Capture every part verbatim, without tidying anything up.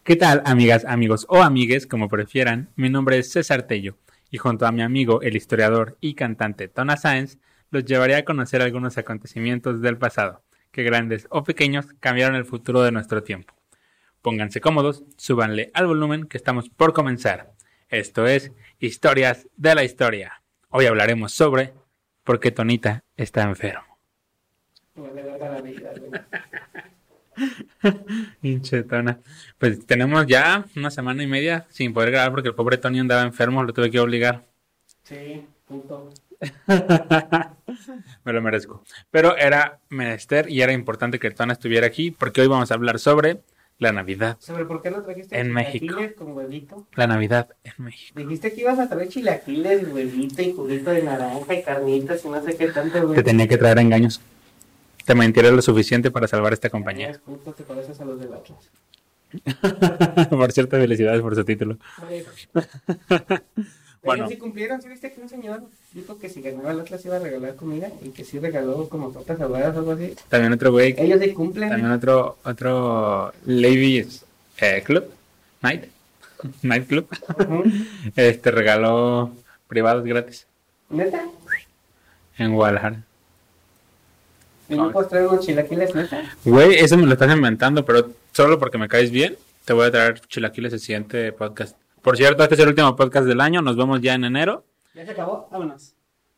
¿Qué tal, amigas, amigos o amigues, como prefieran? Mi nombre es César Tello y junto a mi amigo, el historiador y cantante Tona Sáenz, los llevaré a conocer algunos acontecimientos del pasado, que grandes o pequeños cambiaron el futuro de nuestro tiempo. Pónganse cómodos, súbanle al volumen que estamos por comenzar. Esto es Historias de la Historia. Hoy hablaremos sobre por qué Tonita está enfermo. Hinche Tona. Pues tenemos ya una semana y media sin poder grabar porque el pobre Tony andaba enfermo, lo tuve que obligar. Sí, punto. Me lo merezco. Pero era menester y era importante que Tona estuviera aquí porque hoy vamos a hablar sobre la Navidad. ¿Sobre por qué no trajiste en chilaquiles México con huevito? La Navidad en México. Dijiste que ibas a traer chilaquiles, huevito y juguito de naranja y carnitas y no sé qué tanto, güey. Te tenía que traer engaños. Te mentiré lo suficiente para salvar esta compañía. Justo te pareces a los del Atlas. Por cierto, felicidades por su título. Bueno, ellos sí cumplieron, ¿sí viste que un señor dijo que si ganaba el Atlas iba a regalar comida y que sí regaló como tortas ahogadas o algo así? También otro güey. Ellos sí cumplen. También otro, otro Ladies eh, Club, Night, Night Club, uh-huh. Este regaló privados gratis. ¿Neta? En Guadalajara. ¿Y no puedes traer unos chilaquiles, neta? Güey, eso me lo estás inventando, pero solo porque me caes bien, te voy a traer chilaquiles el siguiente podcast. Por cierto, este es el último podcast del año, nos vemos ya en enero. ¿Ya se acabó? Vámonos.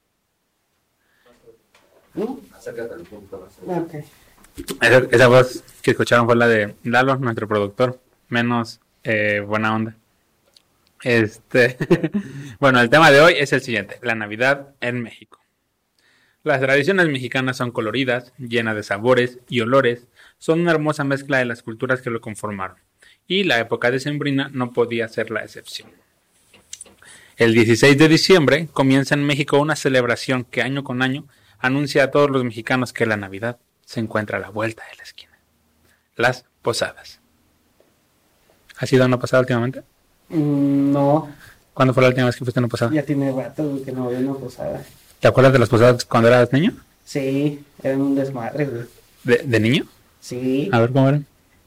¿No? Acércate al punto. Ok. Esa, esa voz que escucharon fue la de Lalo, nuestro productor, menos eh, buena onda. Este, bueno, el tema de hoy es el siguiente, la Navidad en México. Las tradiciones mexicanas son coloridas, llenas de sabores y olores, son una hermosa mezcla de las culturas que lo conformaron, y la época decembrina no podía ser la excepción. El dieciséis de diciembre comienza en México una celebración que año con año anuncia a todos los mexicanos que la Navidad se encuentra a la vuelta de la esquina. Las posadas. ¿Has ido a una posada últimamente? Mm, no. ¿Cuándo fue la última vez que fuiste a una posada? Ya tiene rato que no voy a una posada. ¿Te acuerdas de las posadas cuando eras niño? Sí, eran un desmadre, güey. ¿De, de niño? Sí. A ver, ¿cómo eran?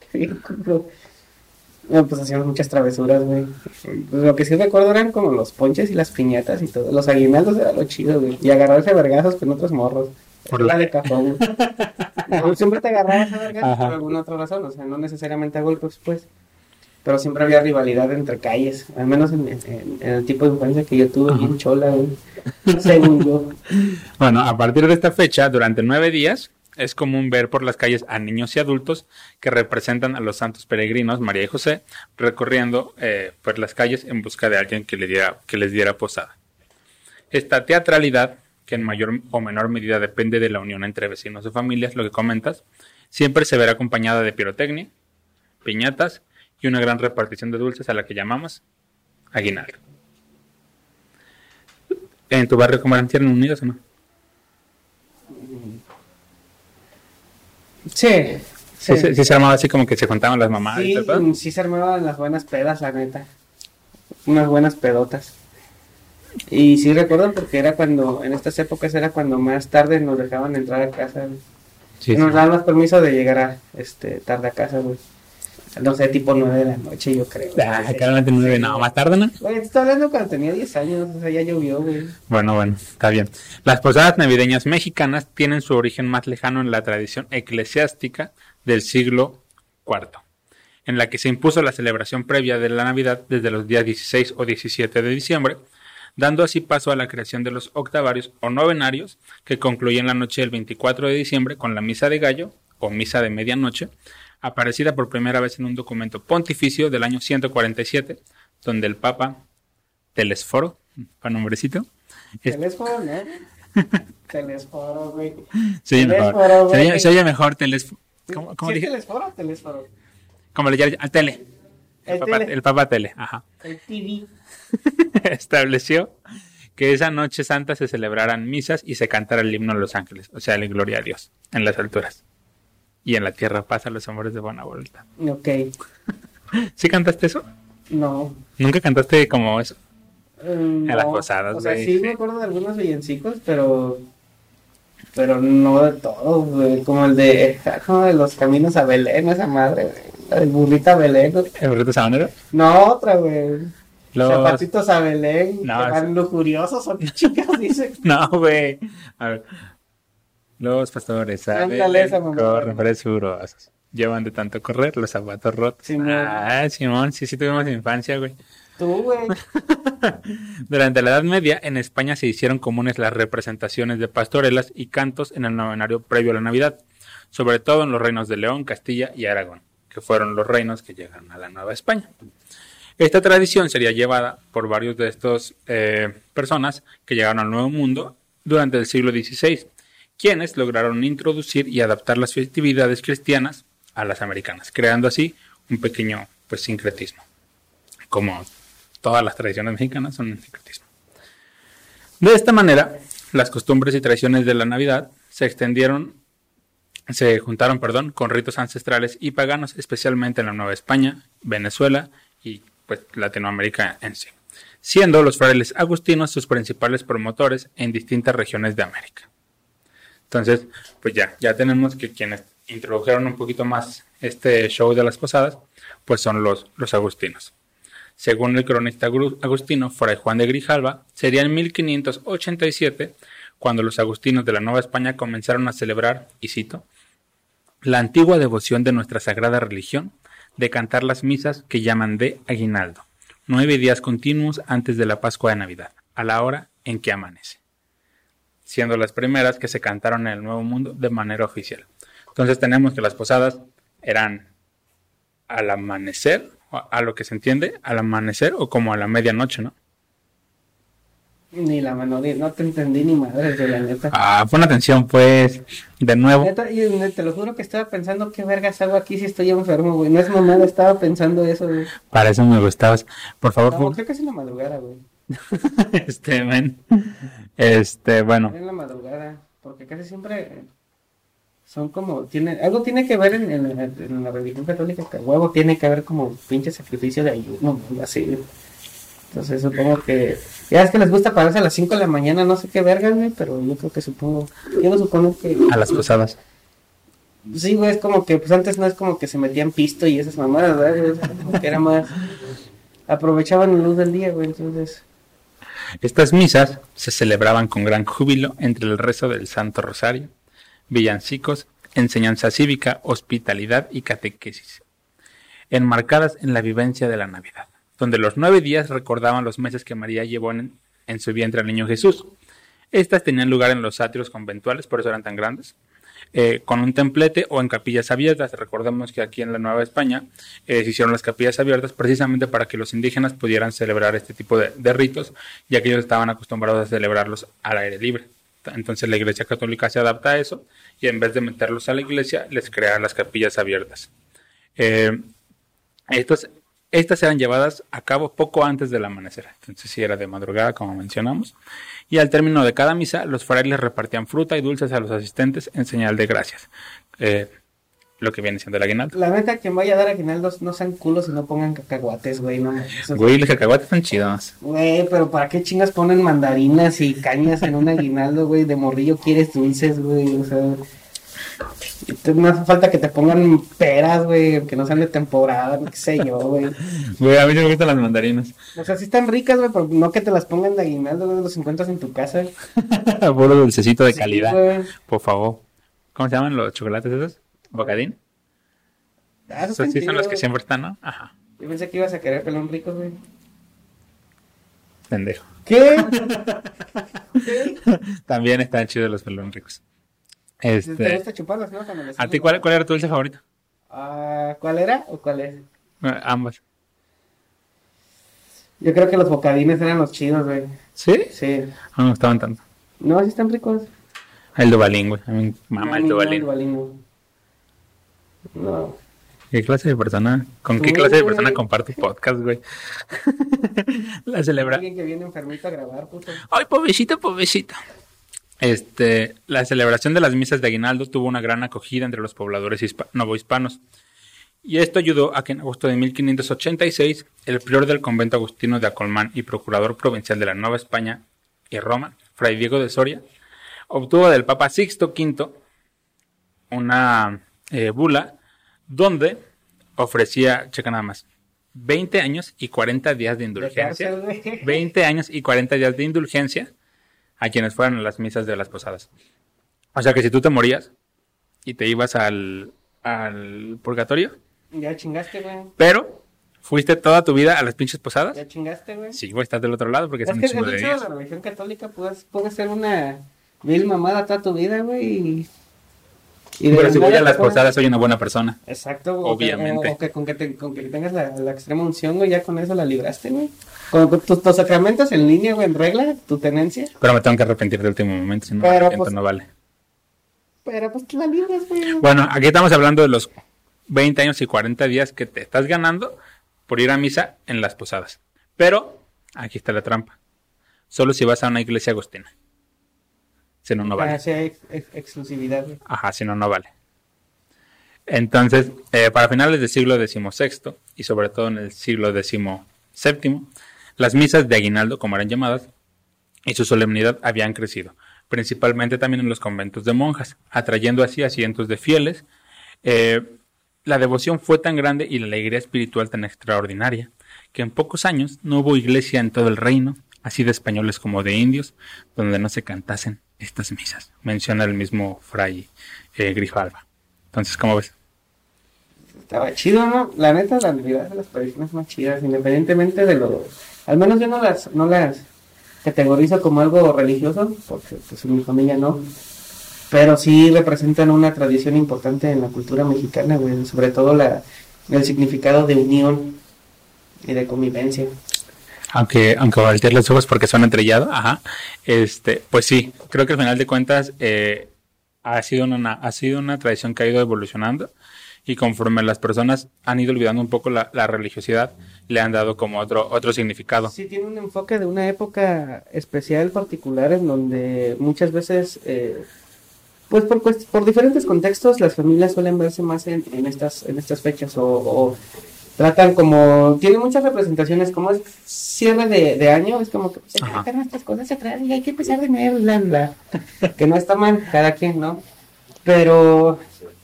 No, pues hacíamos muchas travesuras, güey. Lo que sí recuerdo eran como los ponches y las piñatas y todo. Los aguinaldos era lo chido, güey. Y agarrarse a vergazos con otros morros. Por la de cajón, güey. Siempre te agarrabas a vergazos por alguna otra razón. O sea, no necesariamente a golpes, pues. Pero siempre había rivalidad entre calles. Al menos en, en, en el tipo de infancia que yo tuve, bien chola, güey. Según yo. Bueno, a partir de esta fecha, durante nueve días, es común ver por las calles a niños y adultos que representan a los santos peregrinos, María y José, recorriendo eh, por las calles en busca de alguien que, le diera, que les diera posada. Esta teatralidad, que en mayor o menor medida depende de la unión entre vecinos o familias, lo que comentas, siempre se verá acompañada de pirotecnia, piñatas y una gran repartición de dulces a la que llamamos aguinaldo. ¿En tu barrio cómo eran? ¿Eran unidos o no? Sí. Sí, sí, sí se armaba así como que se juntaban las mamás. Sí, y tal, sí se armaban las buenas pedas, la neta. Unas buenas pedotas. Y sí recuerdo porque era cuando, en estas épocas era cuando más tarde nos dejaban entrar a casa. Sí, nos sí. daban más permiso de llegar a este tarde a casa, güey. No sé, tipo nueve de la noche, yo creo. Ah, claramente nueve, no, más tarde, ¿no? Güey, te estoy hablando cuando tenía diez años, o sea, ya llovió, güey. Bueno, bueno, está bien. Las posadas navideñas mexicanas tienen su origen más lejano en la tradición eclesiástica del siglo cuarto, en la que se impuso la celebración previa de la Navidad desde los días dieciséis o diecisiete de diciembre, dando así paso a la creación de los octavarios o novenarios, que concluyen la noche del veinticuatro de diciembre con la misa de gallo o misa de medianoche, aparecida por primera vez en un documento pontificio del año ciento cuarenta y siete, donde el Papa Telesforo, para nombrecito. Telesforo, ¿no? Telesforo, güey. Se oye mejor. Se oye, se oye mejor Telesforo. ¿Cómo, cómo ¿Sí dije? ¿Telesforo o Telesforo? Como le llaman al Tele. El, el, Papa, tele. el Papa Tele, ajá. El T V. Estableció que esa noche santa se celebraran misas y se cantara el himno a los ángeles, o sea, la gloria a Dios, en las alturas. Y en la tierra paz a los hombres de buena voluntad. Ok. ¿Sí cantaste eso? No. ¿Nunca cantaste como eso? Um, en no. las posadas. O sea, sí, sí me acuerdo de algunos villancicos, pero... Pero no de todos, güey. Como el de, como de los caminos a Belén, esa madre, güey. La del burrita Belén. ¿No? ¿El burrito sabanero? No, otra, güey. Los... Zapatitos a Belén. No, van es... lujuriosos o qué chicas dicen. No, güey. A ver. Los pastores a Belén corren presurosos. Llevan de tanto correr los zapatos rotos. Simón. Ah, Simón, sí, sí tuvimos infancia, güey. Tú, güey. Durante la Edad Media, en España se hicieron comunes las representaciones de pastorelas y cantos en el novenario previo a la Navidad, sobre todo en los reinos de León, Castilla y Aragón, que fueron los reinos que llegaron a la Nueva España. Esta tradición sería llevada por varios de estos eh, personas que llegaron al Nuevo Mundo durante el siglo dieciséis, quienes lograron introducir y adaptar las festividades cristianas a las americanas, creando así un pequeño pues sincretismo, como todas las tradiciones mexicanas son un sincretismo. De esta manera, las costumbres y tradiciones de la Navidad se extendieron, se juntaron, perdón, con ritos ancestrales y paganos, especialmente en la Nueva España, Venezuela y pues Latinoamérica en sí, siendo los frailes agustinos sus principales promotores en distintas regiones de América. Entonces, pues ya, ya tenemos que quienes introdujeron un poquito más este show de las posadas, pues son los, los agustinos. Según el cronista agustino, Fray Juan de Grijalva, sería en mil quinientos ochenta y siete cuando los agustinos de la Nueva España comenzaron a celebrar, y cito, la antigua devoción de nuestra sagrada religión de cantar las misas que llaman de aguinaldo, nueve días continuos antes de la Pascua de Navidad, a la hora en que amanece, siendo las primeras que se cantaron en el Nuevo Mundo de manera oficial. Entonces tenemos que las posadas eran al amanecer, a lo que se entiende, al amanecer o como a la medianoche, ¿no? Ni la mano, no te entendí ni madre, de la neta. Ah, pon atención, pues, de nuevo. Neta, y te lo juro que estaba pensando qué vergas hago aquí si estoy enfermo, güey. No es mamada, estaba pensando eso, güey. Para eso me gustabas. Por favor, no, por... creo que es en la madrugada, güey. este, men. Este, bueno. En la madrugada, porque casi siempre son como, tiene, algo tiene que ver en, en, en la religión católica, que huevo tiene que haber como pinche sacrificio de ayuno, así, güey. Entonces supongo que, ya es que les gusta pararse a las cinco de la mañana, no sé qué verga, güey, pero yo creo que supongo, quiero suponer que... A las posadas. Sí, güey, es como que, pues antes no es como que se metían pisto y esas mamadas, ¿verdad? Como que era más, aprovechaban la luz del día, güey, entonces... Estas misas se celebraban con gran júbilo entre el rezo del Santo Rosario, villancicos, enseñanza cívica, hospitalidad y catequesis, enmarcadas en la vivencia de la Navidad, donde los nueve días recordaban los meses que María llevó en, en su vientre al niño Jesús. Estas tenían lugar en los atrios conventuales, por eso eran tan grandes, eh, con un templete o en capillas abiertas. Recordemos que aquí en la Nueva España eh, se hicieron las capillas abiertas precisamente para que los indígenas pudieran celebrar este tipo de, de ritos, ya que ellos estaban acostumbrados a celebrarlos al aire libre. Entonces la Iglesia Católica se adapta a eso y en vez de meterlos a la iglesia, les crea las capillas abiertas. Eh, estos... Estas eran llevadas a cabo poco antes del amanecer, entonces sí era de madrugada, como mencionamos. Y al término de cada misa, los frailes repartían fruta y dulces a los asistentes en señal de gracias. Eh, lo que viene siendo el aguinaldo. La neta, quien vaya a dar aguinaldos no sean culos y no pongan cacahuates, güey. No, güey, los cacahuates son chidos. Güey, pero ¿para qué chingas ponen mandarinas y cañas en un aguinaldo, güey? De morrillo quieres dulces, güey, o sea... No hace falta que te pongan peras, güey, que no sean de temporada, qué sé yo, güey. Güey, a mí me gustan las mandarinas. O sea, sí están ricas, güey, pero no que te las pongan de aguinaldo, güey, los encuentras en tu casa. Puro dulcecito de sí, calidad, güey. Por favor. ¿Cómo se llaman los chocolates esos? ¿Bocadín? Ah, esos sí son los que siempre están, ¿no? Ajá. Yo pensé que ibas a querer pelón rico, güey. Pendejo. ¿Qué? ¿Qué? También están chidos los pelón ricos. Este... ¿Te gusta chuparlas, no? ¿A ti cuál, cuál era tu dulce favorito? Uh, ¿Cuál era o cuál es? Uh, ambas. Yo creo que los bocadines eran los chidos, güey. ¿Sí? Sí. No me gustaban tanto. No, sí están ricos. El Duvalín, güey. A mí mamá no, el Duvalín. No, el no. no. ¿Qué clase de persona? ¿Con qué clase de persona comparto podcast, güey? La celebra. Alguien que viene enfermito a grabar, puto. Ay, pobrecito, pobrecito. Este, la celebración de las misas de aguinaldo tuvo una gran acogida entre los pobladores hispa- novohispanos, y esto ayudó a que en agosto de mil quinientos ochenta y seis el prior del convento agustino de Acolmán y procurador provincial de la Nueva España y Roma, Fray Diego de Soria, obtuvo del Papa Sixto quinto una eh, bula donde ofrecía, checa nada más, veinte años y cuarenta días de indulgencia. De cárcel, güey. veinte años y cuarenta días de indulgencia a quienes fueran a las misas de las posadas. O sea que si tú te morías y te ibas al, al purgatorio, Ya chingaste, güey. pero fuiste toda tu vida a las pinches posadas. Ya chingaste, güey. Sí, güey, estás del otro lado porque Es son que un chingo el de hecho de días. la religión católica puedes, puede ser una vil mamada toda tu vida, güey. Y, y de Pero si la voy nada a las te pones- posadas soy una buena persona. Exacto, o que- Obviamente. o, o que con que, te- con que tengas la, la extrema unción, güey, ya con eso la libraste, güey. Con, con tus, tus sacramentos en línea, güey, en regla, tu tenencia. Pero me tengo que arrepentir del último momento, si no me Pero, arrepiento, pues, no vale. Pero pues la libras, güey. Bueno, aquí estamos hablando de los veinte años y cuarenta días que te estás ganando por ir a misa en las posadas. Pero aquí está la trampa. Solo si vas a una iglesia agustina. Si no, no vale. Ah, sí, hay ex- ex- exclusividad, güey. Ajá, si no, no vale. Entonces, eh, para finales del siglo decimosexto y sobre todo en el siglo decimoséptimo, las misas de aguinaldo, como eran llamadas, y su solemnidad habían crecido, principalmente también en los conventos de monjas, atrayendo así a cientos de fieles. Eh, la devoción fue tan grande y la alegría espiritual tan extraordinaria que en pocos años no hubo iglesia en todo el reino, así de españoles como de indios, donde no se cantasen estas misas, menciona el mismo fray eh, Grijalva. Entonces, ¿cómo ves? Estaba chido, ¿no? La neta, la Navidad de las tradiciones más chidas, independientemente de lo... Al menos yo no las, no las categorizo como algo religioso, porque pues en mi familia no. Pero sí representan una tradición importante en la cultura mexicana, güey. Sobre todo la, el significado de unión y de convivencia. Aunque, aunque voltear los ojos porque son entrellados, ajá, este, pues sí, creo que al final de cuentas eh, ha sido una, ha sido una tradición que ha ido evolucionando y conforme las personas han ido olvidando un poco la, la religiosidad, le han dado como otro, otro significado. Sí, tiene un enfoque de una época especial, particular, en donde muchas veces, eh, pues por, cuest- por diferentes contextos, las familias suelen verse más en, en estas, en estas fechas o, o tratan como, tiene muchas representaciones, como es cierre de, de año, es como que se Ajá. tratan estas cosas atrás y hay que empezar de nuevo, bla, bla. Que no está mal, cada quien, ¿no? Pero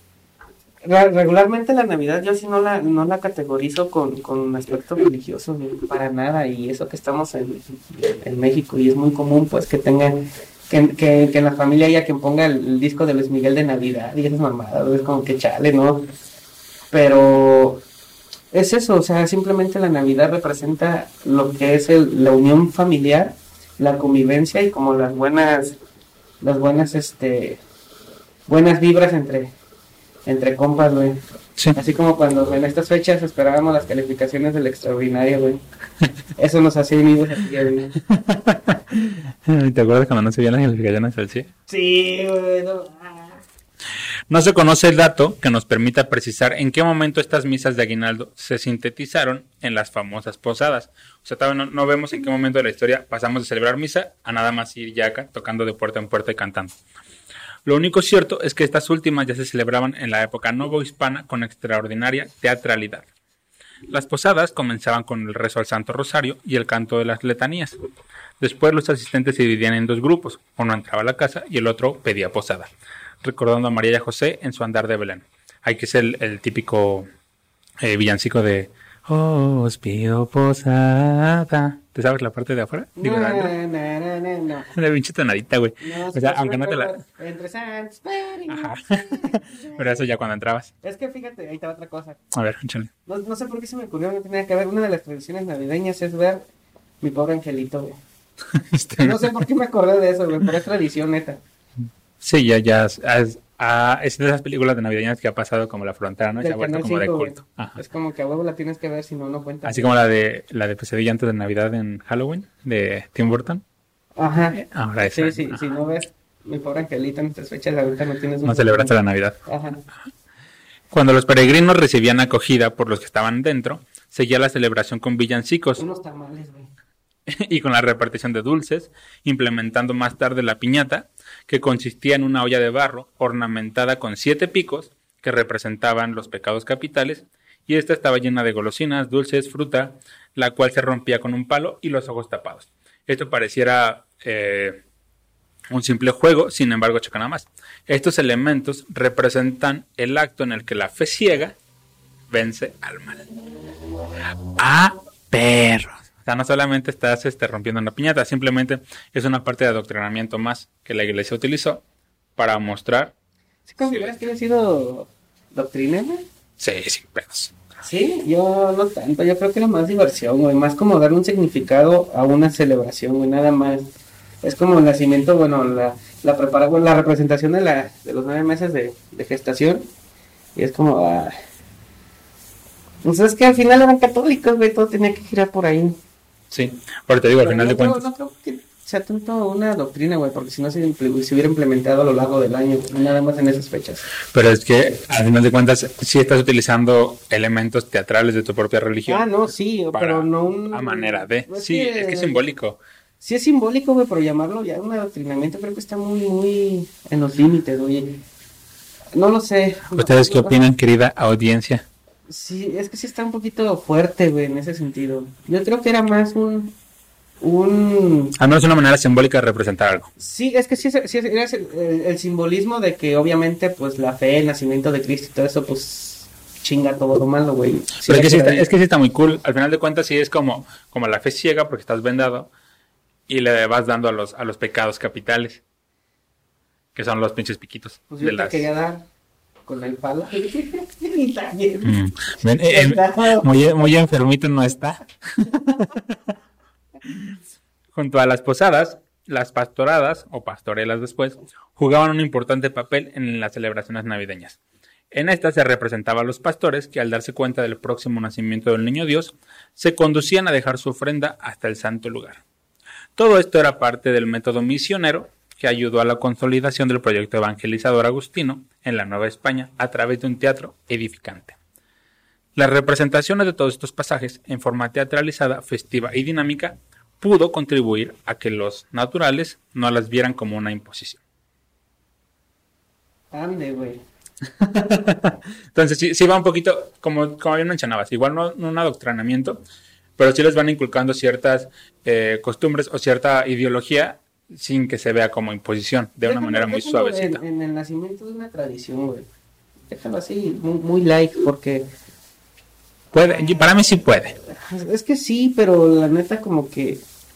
re- regularmente la Navidad yo sí no la, no la categorizo con, con un aspecto religioso, ni para nada, y eso que estamos en, en México, y es muy común pues que tengan, que, que, que en la familia haya quien ponga el, el disco de Luis Miguel de Navidad, y esas mamadas, es como que chale, ¿no? Pero es eso, o sea, simplemente la Navidad representa lo que es el, la unión familiar, la convivencia y como las buenas, las buenas, este, buenas vibras entre, entre compas, güey. Sí. Así como cuando en estas fechas esperábamos las calificaciones del extraordinario, güey. Eso nos hacía unidos aquí, güey. ¿Te acuerdas cuando no se veían las calificaciones del C I E? Sí, güey. No. No se conoce el dato que nos permita precisar en qué momento estas misas de aguinaldo se sintetizaron en las famosas posadas. O sea, todavía no, no vemos en qué momento de la historia pasamos de celebrar misa a nada más ir ya acá tocando de puerta en puerta y cantando. Lo único cierto es que estas últimas ya se celebraban en la época novohispana con extraordinaria teatralidad. Las posadas comenzaban con el rezo al Santo Rosario y el canto de las letanías. Después los asistentes se dividían en dos grupos, uno entraba a la casa y el otro pedía posada, recordando a María y a José en su andar de Belén. Hay que ser el, el típico eh, villancico de "Oh, os pido posada". ¿Te sabes la parte de afuera? Digo, No, la- no, no, no, no. la pinche tonadita, güey. No, O sea, sí, aunque no te la... recuerdo, Entre Santos, pero- Ajá. Pero eso ya cuando entrabas. Es que fíjate, ahí está otra cosa. A ver, échale. No, no sé por qué se me ocurrió, no tenía que ver. Una de las tradiciones navideñas es ver Mi Pobre Angelito, güey. Este, No sé por qué me acordé de eso, güey, pero es tradición neta. Sí, ya, ya. Es, es- ah, es de esas películas de navideñas que ha pasado como La Frontera, ¿no? Se Del ha vuelto Canal como de cinco, güey. culto. Ajá. Es como que a huevo la tienes que ver, si no, no cuenta. Así como la de la de Pesadilla antes de Navidad en Halloween, de Tim Burton. Ajá. Ahora esa. Sí, sí, Ajá. si no ves Mi Pobre Angelito en estas fechas, ahorita no tienes... No celebraste la Navidad. Ajá. Cuando los peregrinos recibían acogida por los que estaban dentro, seguía la celebración con villancicos Unos tamales, güey. y con la repartición de dulces, implementando más tarde la piñata, que consistía en una olla de barro ornamentada con siete picos que representaban los pecados capitales, y esta estaba llena de golosinas, dulces, fruta, la cual se rompía con un palo y los ojos tapados. Esto pareciera eh, un simple juego, sin embargo, checa nada más. Estos elementos representan el acto en el que la fe ciega vence al mal. ¡Ah, perros! O sea, no solamente estás este, rompiendo una piñata, simplemente es una parte de adoctrinamiento más que la iglesia utilizó para mostrar. ¿Sí consideras que haya sido doctrina, güey? Sí, sin pedos. Sí, yo no tanto, yo creo que era más diversión, güey, más como darle un significado a una celebración, güey, nada más. Es como el nacimiento, bueno, la, la prepara, bueno, la representación de la, de los nueve meses de, de gestación, y es como, ah, pues es que al final eran católicos, güey, todo tenía que girar por ahí. Sí, pero te digo, al Pero final no de creo, cuentas. no creo que sea tanto una doctrina, güey, porque si no se, imple- se hubiera implementado a lo largo del año, nada más en esas fechas. Pero es que al final de cuentas sí estás utilizando elementos teatrales de tu propia religión. Ah, no, sí, para- pero no un... a manera de. es Sí, es que es simbólico. Sí es simbólico, güey, pero llamarlo ya un adoctrinamiento creo que está muy, muy en los límites, güey. No lo sé. ¿Ustedes qué No, no, opinan, querida audiencia? Sí, es que sí está un poquito fuerte, güey, en ese sentido. Yo creo que era más un... un... Al menos una manera simbólica de representar algo. Sí, es que sí, es- sí es- era el, el- el simbolismo de que obviamente, pues, la fe, el nacimiento de Cristo y todo eso, pues, chinga todo lo malo, güey. Sí, Pero es que, sí por está, ahí. es que sí está muy cool. Al final de cuentas sí es como, como la fe ciega porque estás vendado y le vas dando a los, a los pecados capitales, que son los pinches piquitos. Pues de yo te las... quería dar con el palo. Y también. Mm. Ven, eh, eh, muy, muy enfermito no está. Junto a las posadas, las pastoradas, o pastorelas después, jugaban un importante papel en las celebraciones navideñas. En estas se representaba a los pastores que al darse cuenta del próximo nacimiento del niño Dios, se conducían a dejar su ofrenda hasta el santo lugar. Todo esto era parte del método misionero que ayudó a la consolidación del proyecto evangelizador agustino en la Nueva España a través de un teatro edificante. Las representaciones de todos estos pasajes en forma teatralizada, festiva y dinámica pudo contribuir a que los naturales no las vieran como una imposición. Ande, güey. Entonces sí, sí va un poquito, como, como bien mencionabas, igual no, no un adoctrinamiento, pero sí les van inculcando ciertas eh, costumbres o cierta ideología sin que se vea como imposición, de una Déjalo- manera muy déjalo suavecita. En, en el nacimiento de una tradición, güey. Déjalo así, muy, muy light, porque Puede, y para mí sí puede. es que sí, pero la neta como que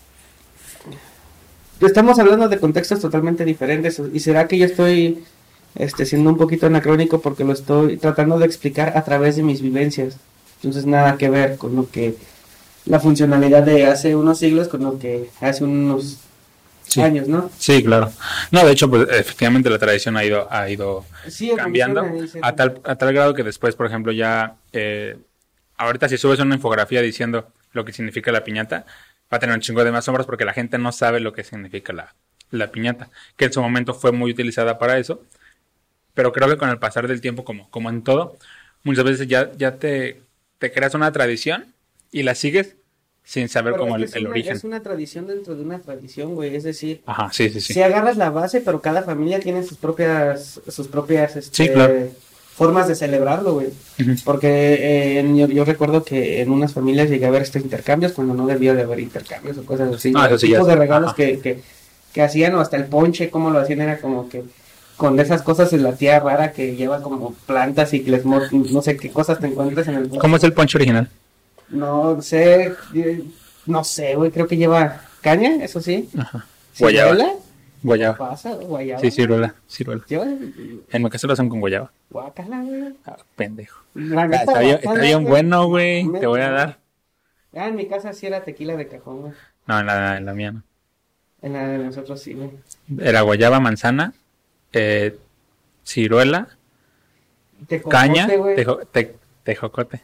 estamos hablando de contextos totalmente diferentes y será que yo estoy este siendo un poquito anacrónico porque lo estoy tratando de explicar a través de mis vivencias. Entonces nada que ver con lo que la funcionalidad de hace unos siglos con lo que hace unos Sí. años, ¿no? Sí, claro. No, de hecho, pues efectivamente la tradición ha ido, ha ido Sí, cambiando evoluciona, dice. a tal, a tal grado que después, por ejemplo, ya eh, ahorita si subes una infografía diciendo lo que significa la piñata, va a tener un chingo de más sombras porque la gente no sabe lo que significa la, la piñata, que en su momento fue muy utilizada para eso, pero creo que con el pasar del tiempo, como, como en todo, muchas veces ya, ya te, te creas una tradición y la sigues sin saber Pero como es el, que es el una- origen. Es una tradición dentro de una tradición, güey. Es decir, Ajá, sí, sí, sí. si agarras la base, pero cada familia tiene sus propias, sus propias, este, Sí, claro. formas de celebrarlo, güey. Ujú. Porque eh, en- yo, yo recuerdo que en unas familias llegué a ver estos intercambios cuando no debía de haber intercambios o cosas así. Ah, ¿no? eso sí, ya Tipos sé. de regalos Ajá. que, que, que hacían o hasta el ponche, como lo hacían, era como que con esas cosas en la tía rara que lleva como plantas y que les mo- no sé qué cosas te encuentras en el ponche. ¿Cómo es el ponche original? No sé, eh, no sé, güey, creo que lleva caña, eso sí. Ajá. Guayaba. ¿Ciruela? Guayaba. ¿Pasa? ¿Guayaba? Sí, ciruela, ciruela. Lleva En mi caso lo hacen con guayaba. guacala, güey. Ah, pendejo. La Ah, neta, está bien, guacala, está bien güey. bueno, güey. Me- Te voy a dar. Ah, en mi casa sí era tequila de cajón, güey. No, en la, en la mía no. En la de nosotros sí, güey. Era guayaba, manzana, eh, ciruela, Tejocote, caña, güey. tejo, te- tejocote.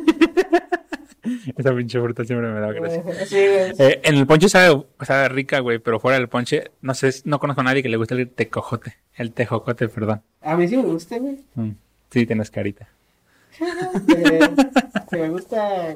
Esa pinche fruta siempre me da gracia. Sí, güey. Eh, en el ponche sabe, sabe rica, güey, pero fuera del ponche, no sé, no conozco a nadie que le guste el tecojote. El tejocote, perdón. A mí sí me gusta, güey. Mm, sí, tienes carita. Eh, que me gusta.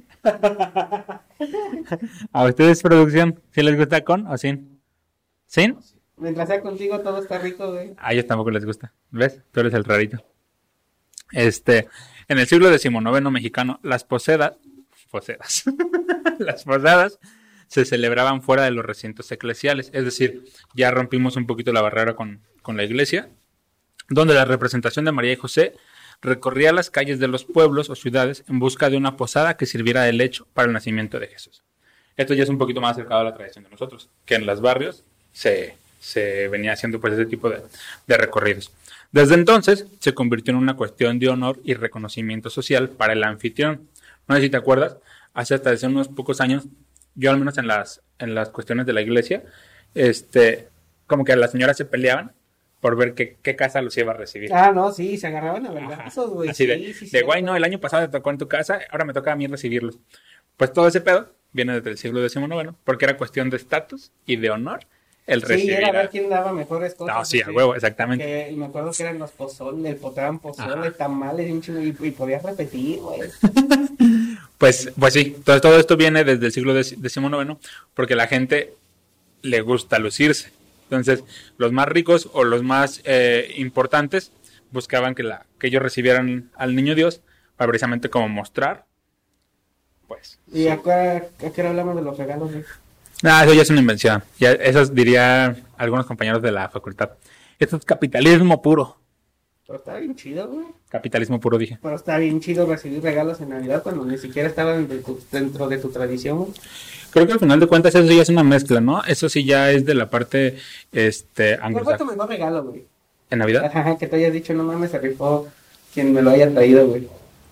¿A ustedes, producción, si les gusta con o sin? ¿Sin? Mientras sea contigo, todo está rico, güey. A ellos tampoco les gusta. ¿Ves? Tú eres el rarito. Este, en el siglo decimonoveno mexicano, las posedas, posedas, las posadas se celebraban fuera de los recintos eclesiales. Es decir, ya rompimos un poquito la barrera con, con la iglesia, donde la representación de María y José recorría las calles de los pueblos o ciudades en busca de una posada que sirviera de lecho para el nacimiento de Jesús. Esto ya es un poquito más acercado a la tradición de nosotros, que en los barrios se, se venía haciendo pues ese tipo de, de recorridos. Desde entonces se convirtió en una cuestión de honor y reconocimiento social para el anfitrión. No sé si te acuerdas, hace hasta hace unos pocos años, yo al menos en las, en las cuestiones de la iglesia, este, como que las señoras se peleaban por ver qué, qué casa los iba a recibir. Ah, no, sí, se agarraban a vergazos, güey. Así sí, de, sí, de sí, guay, no, el año pasado te tocó en tu casa, ahora me toca a mí recibirlos. Pues todo ese pedo viene desde el siglo diecinueve, porque era cuestión de estatus y de honor el recibir. Sí, era a... ver quién daba mejores cosas. No, sí, a huevo, exactamente. Porque, y me acuerdo que eran los pozoles, el potaban pozole, tamales y, un chingo, y, y podías repetir, güey. Pues, pues sí, todo, todo esto viene desde el siglo diecinueve, porque la gente le gusta lucirse. Entonces, los más ricos o los más eh, importantes buscaban que, la, que ellos recibieran al niño Dios para precisamente como mostrar, pues. ¿Y acá, a qué hora hablamos de los regalos, güey? Ah, eso ya es una invención. Ya, eso diría algunos compañeros de la facultad. Esto es capitalismo puro. Pero está bien chido, güey. Capitalismo puro, dije. Pero está bien chido recibir regalos en Navidad cuando ni siquiera estaban dentro de tu, dentro de tu tradición, güey. Creo que al final de cuentas eso ya es una mezcla, ¿no? Eso sí ya es de la parte este, ¿Cuál fue tu mejor regalo, güey? ¿En Navidad? Ajá, que te hayas dicho, no mames, se rifó quien me lo haya traído, güey.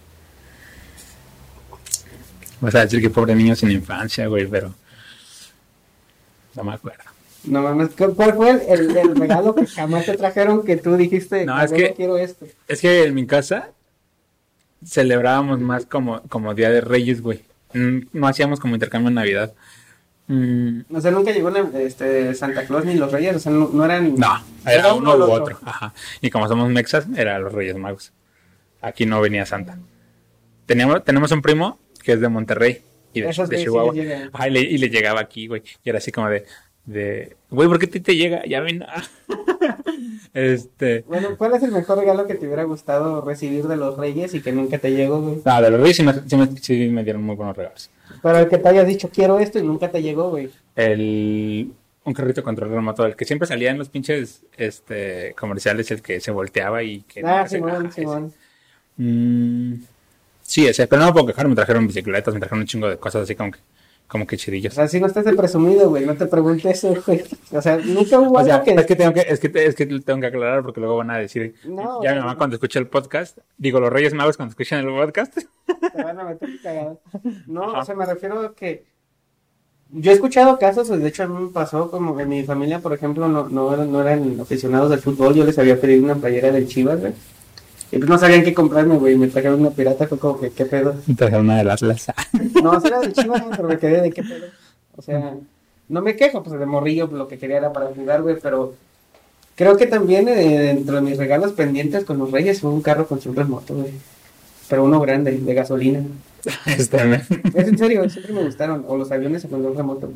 Vas a decir que pobre niño sin infancia, güey, pero no me acuerdo. No mames, ¿cuál fue el, el, el regalo que jamás te trajeron que tú dijiste, no, es que, quiero esto? Es que en mi casa celebrábamos más como, como Día de Reyes, güey. No hacíamos como intercambio en Navidad. Mm. O sea, nunca llegó este, Santa Claus ni los Reyes, o sea, no, no eran... No, era, era uno u otro. otro. Ajá. Y como somos mexas, eran los Reyes Magos. Aquí no venía Santa. Teníamos, tenemos un primo que es de Monterrey y de, de Chihuahua. Sí Ajá, y, le, y le llegaba aquí, güey. Y era así como de... de güey, ¿por qué te, te llega? Ya ven. este... Bueno, ¿cuál es el mejor regalo que te hubiera gustado recibir de los Reyes y que nunca te llegó, güey? No, de los Reyes sí me, sí me, sí me dieron muy buenos regalos. Pero el que te hayas dicho, quiero esto y nunca te llegó, güey. El... Un carrito control remoto, el que siempre salía en los pinches este, comerciales, el que se volteaba y que... Ah, Simón, Simón. Mm, sí, ese, pero no me puedo quejar, me trajeron bicicletas, me trajeron un chingo de cosas así como que... Como que chidillos. O sea, si no estás de presumido, güey, no te preguntes eso, güey. O sea, nunca hubo o sea, algo que... Es que, tengo que, es, que, es que tengo que aclarar porque luego van a decir... No, ya mi mamá cuando escucha el podcast, digo, los Reyes Magos cuando escuchan el podcast... Te van a meter cagado. No, Ajá. O sea, me refiero a que... Yo he escuchado casos, de hecho a mí me pasó como en mi familia, por ejemplo, no, no, eran, no eran aficionados al fútbol, yo les había pedido una playera del Chivas, güey. Y pues no sabían qué comprarme, güey, me trajeron una pirata, fue como que, ¿qué pedo? Me trajeron una del Atlas. No, sí era del Chivas, pero me quedé de qué pedo. O sea, no me quejo, pues de morrillo, lo que quería era para jugar, güey, pero creo que también eh, dentro de mis regalos pendientes con los Reyes fue un carro con su remoto, güey. Pero uno grande, de gasolina. Este, es en serio, siempre me gustaron. O los aviones con un remoto.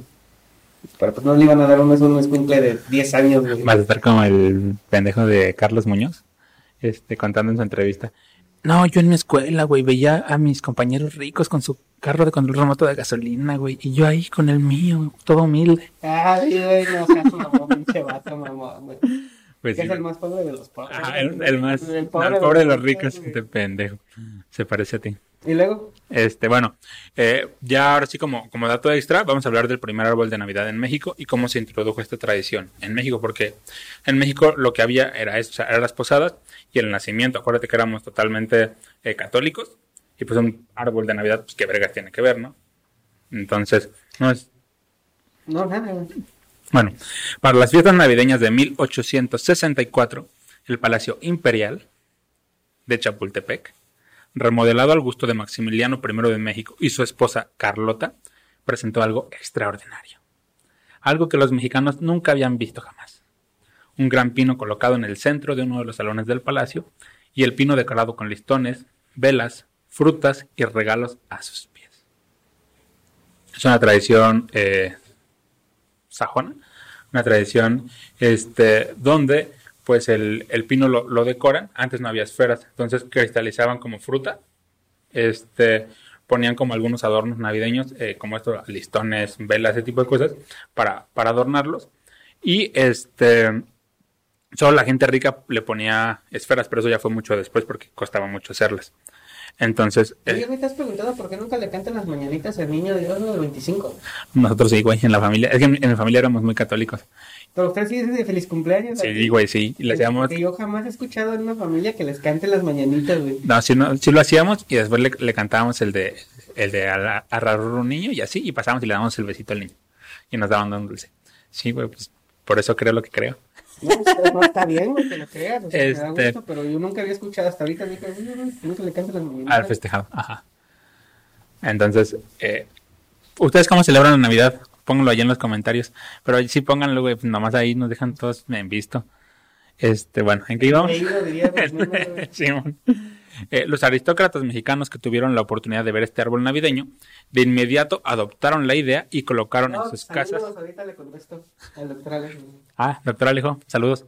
Pero pues no le iban a dar un, un escuincle de diez años, güey. Vas a estar como el pendejo de Carlos Muñoz, este, contando en su entrevista. No, yo en mi escuela, güey, veía a mis compañeros ricos con su carro de control remoto de gasolina, güey, y yo ahí con el mío, todo humilde. Ay, güey, no seas mamón, pinche vato, mamón, güey. Pues que sí, es el más pobre de los pobres. Ah, el, el más, el pobre, no, el pobre de los, de los ricos, ricos este pendejo. Se parece a ti. ¿Y luego? Este, bueno, eh, ya ahora sí como, como dato extra, vamos a hablar del primer árbol de Navidad en México y cómo se introdujo esta tradición en México, porque en México lo que había era eso, o sea, eran las posadas y el nacimiento. Acuérdate que éramos totalmente eh, católicos y pues un árbol de Navidad, pues qué vergas tiene que ver, ¿no? Entonces, no es... No, nada, güey. Bueno, para las fiestas navideñas de mil ochocientos sesenta y cuatro, el Palacio Imperial de Chapultepec, remodelado al gusto de Maximiliano primero de México y su esposa Carlota, presentó algo extraordinario. Algo que los mexicanos nunca habían visto jamás. Un gran pino colocado en el centro de uno de los salones del palacio y el pino decorado con listones, velas, frutas y regalos a sus pies. Es una tradición... Eh, sajona, una tradición este, donde pues el, el pino lo, lo decoran. Antes no había esferas, entonces cristalizaban como fruta, este, ponían como algunos adornos navideños, eh, como estos listones, velas, ese tipo de cosas, para, para adornarlos. Y este Solo la gente rica le ponía esferas, pero eso ya fue mucho después porque costaba mucho hacerlas. Entonces, Oye, eh, ¿me te has preguntado por qué nunca le cantan las mañanitas al niño Dios del veinticinco? nosotros sí, güey, en la familia, es que en, en mi familia éramos muy católicos. Pero usted sí dice de feliz cumpleaños. Sí, güey, sí, y le hacíamos... Que yo jamás he escuchado en una familia que les cante las mañanitas, güey. No, sí, no, sí lo hacíamos y después le, le cantábamos el de el de arrar un niño y así, y pasábamos y le dábamos el besito al niño. Y nos daban un dulce. Sí, güey, pues por eso creo lo que creo. No, pues, no está bien, güey, que lo creas, o sea, Este- me da gusto, pero yo nunca había escuchado hasta ahorita, dije, "Uy, uy, nunca le cantan las mañanitas". Al festejado, ajá. Entonces, eh, ¿ustedes cómo celebran la Navidad? Pónganlo ahí en los comentarios. Pero ahí sí pónganlo, güey, pues nomás ahí nos dejan todos en visto. Este, bueno, ¿en qué íbamos? Leído, diría los memes, güey. Simón. Eh, los aristócratas mexicanos que tuvieron la oportunidad de ver este árbol navideño, de inmediato adoptaron la idea y colocaron No, en sus saludos, casas. ahorita le contesto al doctor Alex. Ah, doctor Alejo, saludos.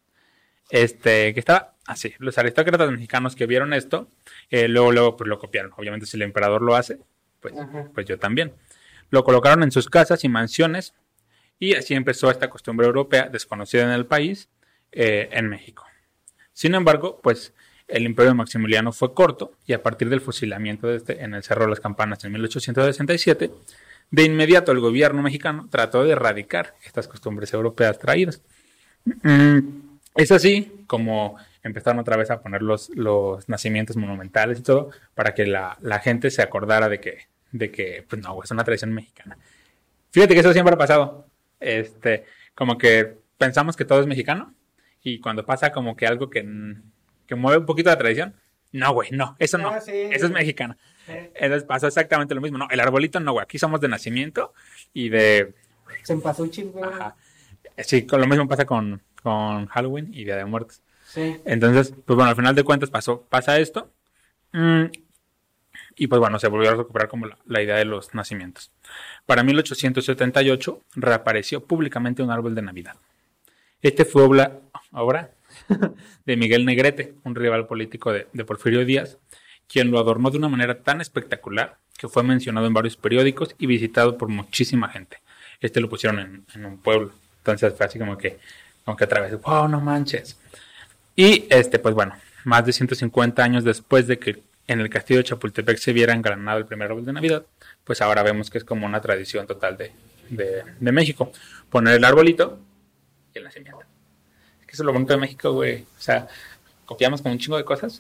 Este, que estaba así, los aristócratas mexicanos que vieron esto, eh, luego, luego, pues lo copiaron. Obviamente, si el emperador lo hace, pues, Ajá. pues yo también. Lo colocaron en sus casas y mansiones, y así empezó esta costumbre europea desconocida en el país, eh, en México. Sin embargo, pues el imperio de Maximiliano fue corto, y a partir del fusilamiento de este en el Cerro de las Campanas en mil ochocientos sesenta y siete, de inmediato el gobierno mexicano trató de erradicar estas costumbres europeas traídas. Mm, es así como empezaron otra vez a poner los, los nacimientos monumentales y todo, para que la, la gente se acordara de que, de que, pues no, es una tradición mexicana. Fíjate que eso siempre ha pasado. Este, como que pensamos que todo es mexicano, y cuando pasa como que algo que, que mueve un poquito la tradición, no, güey, no, eso no, Ah, sí. eso es mexicano. Sí. Entonces pasa exactamente lo mismo, no, el arbolito no, güey, aquí somos de nacimiento y de... Cempasúchil, güey. Ajá. Sí, con lo mismo pasa con, con Halloween y Día de Muertos. Sí. Entonces, pues bueno, al final de cuentas pasó, pasa esto. mm, y pues bueno, se volvió a recuperar como la, la idea de los nacimientos. Para mil ochocientos setenta y ocho reapareció públicamente un árbol de Navidad. Este fue obra, obra de Miguel Negrete, un rival político de, de Porfirio Díaz, quien lo adornó de una manera tan espectacular que fue mencionado en varios periódicos y visitado por muchísima gente. Este lo pusieron en, en un pueblo. Entonces fue así como que, como que otra vez, wow, no manches. Y este, pues bueno, más de ciento cincuenta años después de que en el castillo de Chapultepec se viera engranado el primer árbol de Navidad, pues ahora vemos que es como una tradición total de, de, de México. Poner el arbolito y el nacimiento. Es que eso es lo bonito de México, güey. O sea, copiamos con un chingo de cosas.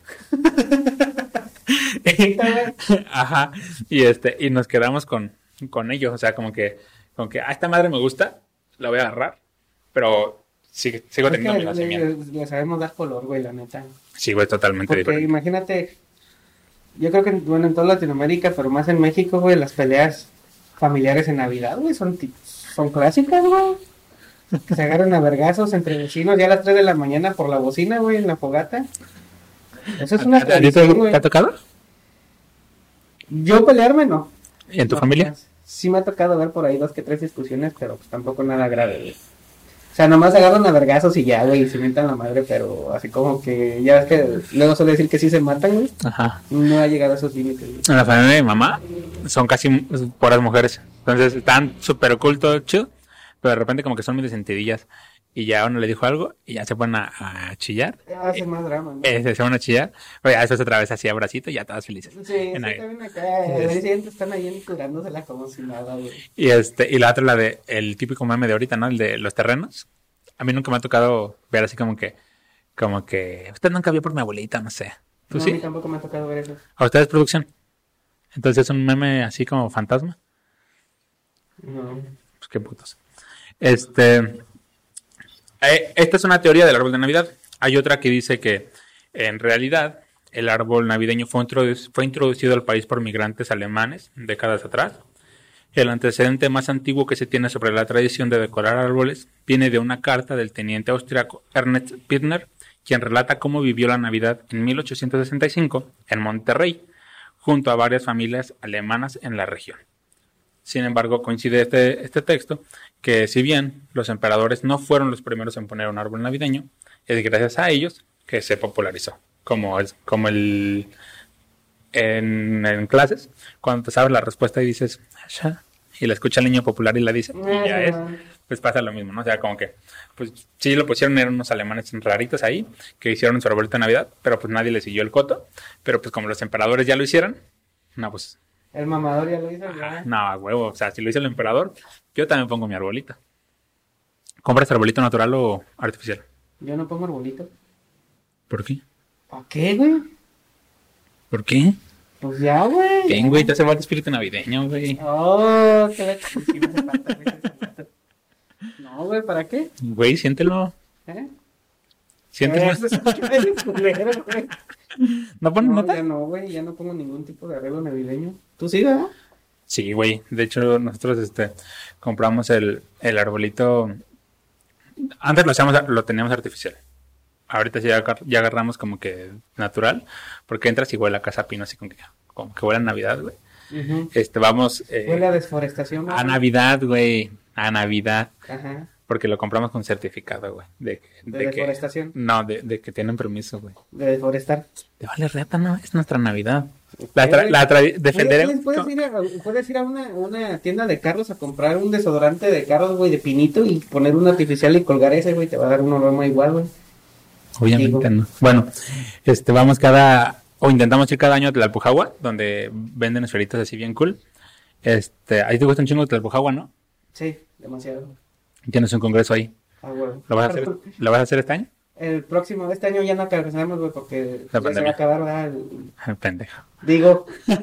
Ajá. Y este, y nos quedamos con, con ellos. O sea, como que, como que, ah, esta madre me gusta, la voy a agarrar, pero sigo, sigo Es teniendo mi que nacimiento. le, le sabemos dar color, güey, la neta. Sí, güey, totalmente Porque diferente. imagínate, yo creo que, bueno, en toda Latinoamérica, pero más en México, güey, las peleas familiares en Navidad, güey, son, ti- son clásicas, güey. Que se agarran a vergazos entre vecinos ya a las tres de la mañana por la bocina, güey, en la fogata. Eso es una ¿A ti te, tradición, güey. te ha tocado? Yo pelearme, no. ¿Y en tu No, familia? pues, sí me ha tocado ver por ahí dos que tres discusiones, pero pues tampoco nada grave, güey. O sea, nomás se agarran a vergazos y ya, güey, y se mientan la madre, pero así como que, ya ves que luego suele decir que sí se matan, güey. Ajá. No ha llegado a esos límites, güey. En la familia de mi mamá son casi puras mujeres. Entonces están súper ocultos, chido, pero de repente como que son muy de sentidillas. Y ya uno le dijo algo y ya se ponen a, a chillar. Hace más drama, ¿no? Eh, se van a chillar. Pero ya después otra vez así abracito y ya todas felices. Sí, sí, En ahí. también acá, el día siguiente están ahí curándosela como si nada, güey. Y este, y la otra, la de el típico meme de ahorita, ¿no? El de los terrenos. A mí nunca me ha tocado ver así como que, como que, usted nunca vio por mi abuelita, no sé. ¿Tú No, a sí? mí tampoco me ha tocado ver eso. ¿A ustedes producción? Entonces es un meme así como fantasma. No. Pues qué putos. Este, eh, esta es una teoría del árbol de Navidad. Hay otra que dice que en realidad el árbol navideño fue, introdu- fue introducido al país por migrantes alemanes décadas atrás. El antecedente más antiguo que se tiene sobre la tradición de decorar árboles viene de una carta del teniente austriaco Ernest Pittner, quien relata cómo vivió la Navidad en mil ochocientos sesenta y cinco en Monterrey, junto a varias familias alemanas en la región. Sin embargo, coincide este, este texto que si bien los emperadores no fueron los primeros en poner un árbol navideño, es gracias a ellos que se popularizó. Como, el, como el en, en clases, cuando te sabes la respuesta y dices, "Asha", y la escucha el niño popular y la dice, y ya es. pues pasa lo mismo, ¿no? O sea, como que, pues sí lo pusieron, eran unos alemanes raritos ahí, que hicieron su arbolito de Navidad, pero pues nadie le siguió el coto, pero pues como los emperadores ya lo hicieron, no, pues... El mamador ya lo hizo, ¿verdad? No, a huevo, o sea, si lo hizo el emperador, yo también pongo mi arbolito. ¿Compras arbolito natural o artificial? Yo no pongo arbolito. ¿Por qué? ¿Para qué, güey? ¿Por qué? Pues ya, güey. Ven, güey, te hace falta espíritu navideño, güey. Oh, qué la chiquita se falta, güey, se falta. No, güey, ¿para qué? Güey, siéntelo. ¿Eh? Siéntelo. Eso es que eres culero, güey. ¿No pones No, nota? ya no, güey, ya no pongo ningún tipo de arreglo navideño. ¿Tú sí, verdad? Sí, güey. De hecho, nosotros este compramos el, el arbolito. Antes lo hacíamos, lo teníamos artificial. Ahorita sí ya, agar- ya agarramos como que natural. Porque entras y huele a casa pino, así como que, como que huele a Navidad, güey. Uh-huh. Este, vamos eh, Huele a desforestación, a Navidad, güey. A Navidad. Ajá. Porque lo compramos con certificado, güey. De, que- ¿De de que, deforestación? no, de, de que tienen permiso, güey. De deforestar. Te vale reta, ¿no? Es nuestra Navidad. La, Ok, tra- güey. la tra- defenderemos. ¿Puedes, puedes ir a, puedes ir a una, una tienda de carros a comprar un desodorante de carros, güey, de pinito y poner un artificial y colgar ese, güey, te va a dar un aroma igual, güey. Obviamente Digo. no. Bueno, este, vamos cada, o intentamos ir cada año a Tlalpujahua, donde venden esferitas así bien cool. Este, ahí te gusta un chingo de Tlalpujahua, ¿no? Sí, demasiado. Tienes un congreso ahí. Ah, güey. ¿Lo vas a hacer, ¿lo vas a hacer este año? El próximo, este año ya no alcanzamos, güey, porque La ya se va pandemia. a acabar, ¿verdad? El- Ay, pendejo. Digo,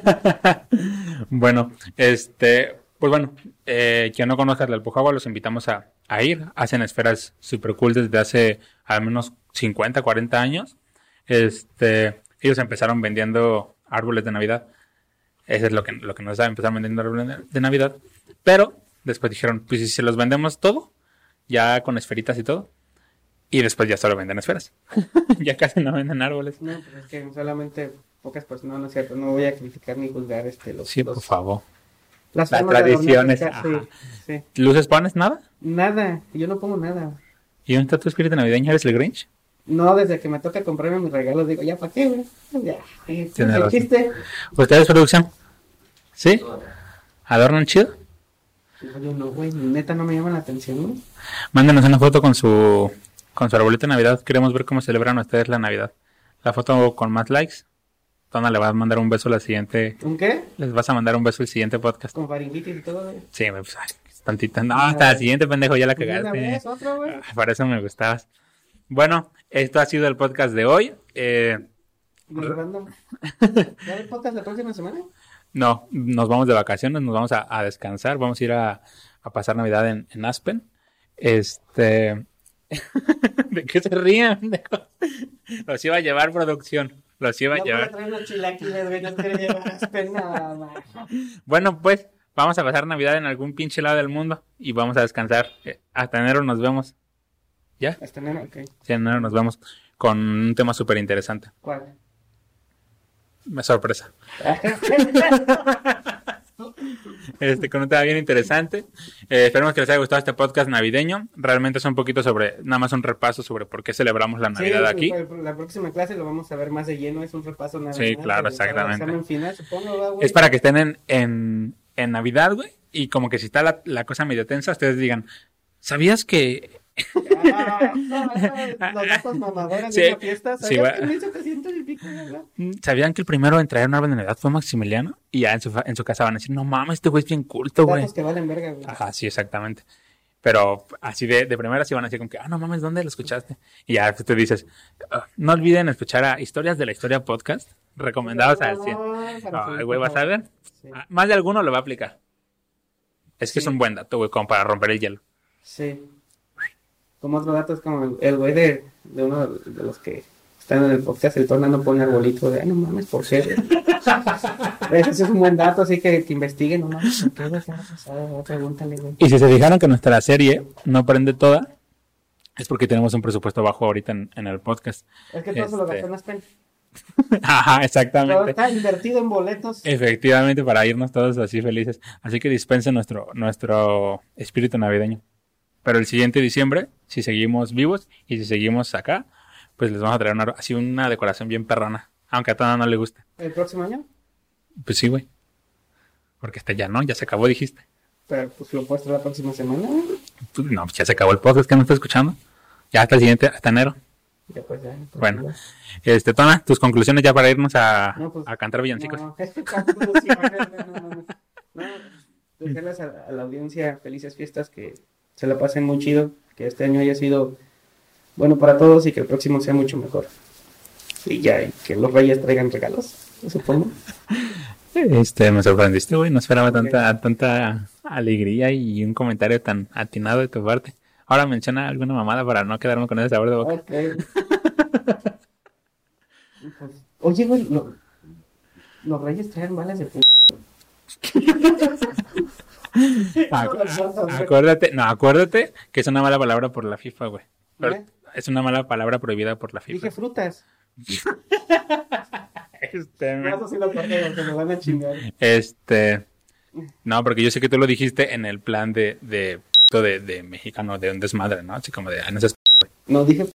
Bueno, este, pues bueno, eh, quien no conozca Tlalpujahua, los invitamos a, a ir. Hacen esferas super cool desde hace al menos cincuenta, cuarenta años. Este, ellos empezaron vendiendo árboles de Navidad. Eso es lo que, lo que nos saben, empezaron vendiendo árboles de, de Navidad. Pero después dijeron, pues si se los vendemos todo, ya con esferitas y todo. Y después ya solo venden esferas. Ya casi no venden árboles. no, pues es que solamente pocas personas, no es cierto, no voy a criticar ni juzgar este, los, Sí, los- por favor. las Las formas de adornar tradiciones, sus casas, ajá. sí, sí. ¿Luces pones nada? Nada, yo no pongo nada. ¿Y dónde está tu espíritu navideño? ¿Eres el Grinch? No, desde que me toca comprarme mis regalos, digo, ¿ya para qué, güey? Ya, eh, Tienes el razón. chiste. ¿Ustedes, producción? ¿Sí? ¿Adornan chido? Digo, yo no, güey, neta no me llama la atención, ¿no? Mándenos una foto con su con su arbolito de Navidad. Queremos ver cómo celebran ustedes la Navidad. La foto con más likes. Tona le va a mandar un beso la siguiente. ¿Un qué? Les vas a mandar un beso el siguiente podcast. Con faringitis y todo, güey. Sí, pues, ay, tantita. No, hasta el siguiente pendejo ya la Pues de una cagaste. vez, otro, güey. Ay, para eso me gustabas. Bueno, esto ha sido el podcast de hoy. Eh, Muy random. ¿Ya hay podcast la próxima semana? no, nos vamos de vacaciones, nos vamos a, a descansar. Vamos a ir a, a pasar Navidad en, en Aspen. Este. ¿De qué se ríen, pendejo? Los iba a llevar producción. Los iba a No voy a llevar. traer unos chilaquiles, güey, no quiero llevar Aspen, nada más. Bueno, pues vamos a pasar Navidad en algún pinche lado del mundo y vamos a descansar. Eh, Hasta enero nos vemos. ¿Ya? Hasta enero, ok. Sí, en enero nos vemos con un tema súper interesante. ¿Cuál? Me sorpresa. Este, con un tema bien interesante. Eh, esperemos que les haya gustado este podcast navideño. Realmente es un poquito sobre, nada más un repaso sobre por qué celebramos la Navidad Sí, aquí. pues, la próxima clase lo vamos a ver más de lleno, es un repaso navideño. Sí, claro, pues, para el exactamente. examen final, supongo, ¿va, güey? Es para que estén en, en, en Navidad, güey. Y como que si está la, la cosa medio tensa, ustedes digan, ¿sabías que Ah, los datos mamadores Sí, de una fiesta, sí, ¿sabías güey. que en mil setecientos y pico, verdad? ¿Sabían que el primero en traer un árbol de Navidad fue Maximiliano? Y ya en su, fa- en su casa van a decir, no mames, este güey es bien culto, güey. Datos que valen verga, güey. Ajá, sí, exactamente. Pero así de, de primera sí van a decir como que, ah, no mames, ¿dónde lo escuchaste? Y ya tú dices, "Ah, no olviden escuchar a Historias de la Historia Podcast, recomendados al cien. Ay, güey, vas a ver. Sí. Ah, Más de alguno lo va a aplicar. Es que es Sí. un buen dato, güey, como para romper el hielo. Sí. Como otro dato es como el- el güey de, de uno de los que están en el podcast, el tornado pone arbolito de, ay, no mames, por qué. Ese es un buen dato, así que, que investiguen, no mames, ¿por qué, güey? ¿Qué ha pasado? Pregúntale, güey. Y si se fijaron que nuestra serie no prende toda, es porque tenemos un presupuesto bajo ahorita en, en el podcast. Es que todo se lo Este, gastó en las penas. Ajá, Todo exactamente. está invertido en boletos. Efectivamente, para irnos todos así felices. Así que dispensen nuestro, nuestro espíritu navideño. Pero el siguiente diciembre, si seguimos vivos y si seguimos acá, pues les vamos a traer una, así una decoración bien perrona. Aunque a Tana no le guste. ¿El próximo año? Pues sí, güey. Porque este ya no, ya se acabó, dijiste. Pero pues lo puedes traer la próxima semana, güey. Pues, no, ya se acabó el podcast que no está escuchando. Ya hasta el siguiente, hasta enero. Ya, pues, ya, pues, Bueno, ya. este, Tona, tus conclusiones ya para irnos a, No, pues, a cantar villancicos. No, es que conclusiones, no, no, no, no. No, desearles a, a la audiencia felices fiestas, que se la pasen muy chido, que este año haya sido bueno para todos y que el próximo sea mucho mejor. Y ya, y que los reyes traigan regalos, supongo. Este, me sorprendiste, güey. No esperaba Ok. tanta, tanta alegría y un comentario tan atinado de tu parte. Ahora menciona alguna mamada para no quedarme con ese sabor de boca. Ok. Pues, oye, güey, lo- los reyes traen balas de p. Acu- acuérdate, no, acuérdate que es una mala palabra por la FIFA, güey. Pero ¿Eh? es una mala palabra prohibida por la FIFA. Dije frutas. Este, No, eso sí lo corrijo, que me van a chingar. este, no, porque yo sé que tú lo dijiste en el plan de, de, de, de mexicano, de un desmadre, ¿no? Así como de, ah, no seas p- No, dije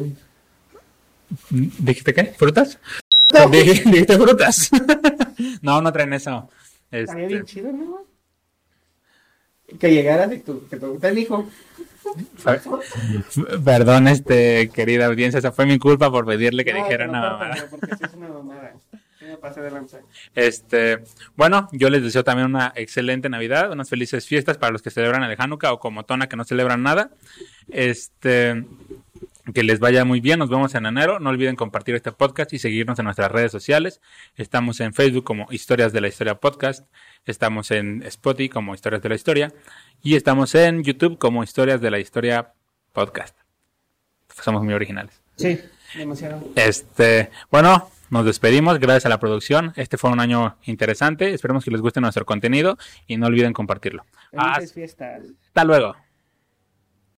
¿dijiste qué? ¿Frutas? Dij- Dijiste frutas. No, no traen eso. estaría bien Este, chido, ¿no? Que llegaras y tú, que tú te dijo. F- Perdón, este, querida audiencia, esa fue mi culpa por pedirle que No, dijera no, una no, mamada. porque sí es una mamada. Sí me pasé de lanza. Este, bueno, yo les deseo también una excelente Navidad, unas felices fiestas para los que celebran el Hanukkah o como Tona que no celebran nada. Este, que les vaya muy bien, nos vemos en enero. No olviden compartir este podcast y seguirnos en nuestras redes sociales. Estamos en Facebook como Historias de la Historia Podcast, estamos en Spotify como Historias de la Historia y estamos en YouTube como Historias de la Historia Podcast. Somos muy originales. Sí, demasiado. Este, bueno, nos despedimos, gracias a la producción. Este fue un año interesante. Esperemos que les guste nuestro contenido y no olviden compartirlo. Felices Hasta fiestas. luego.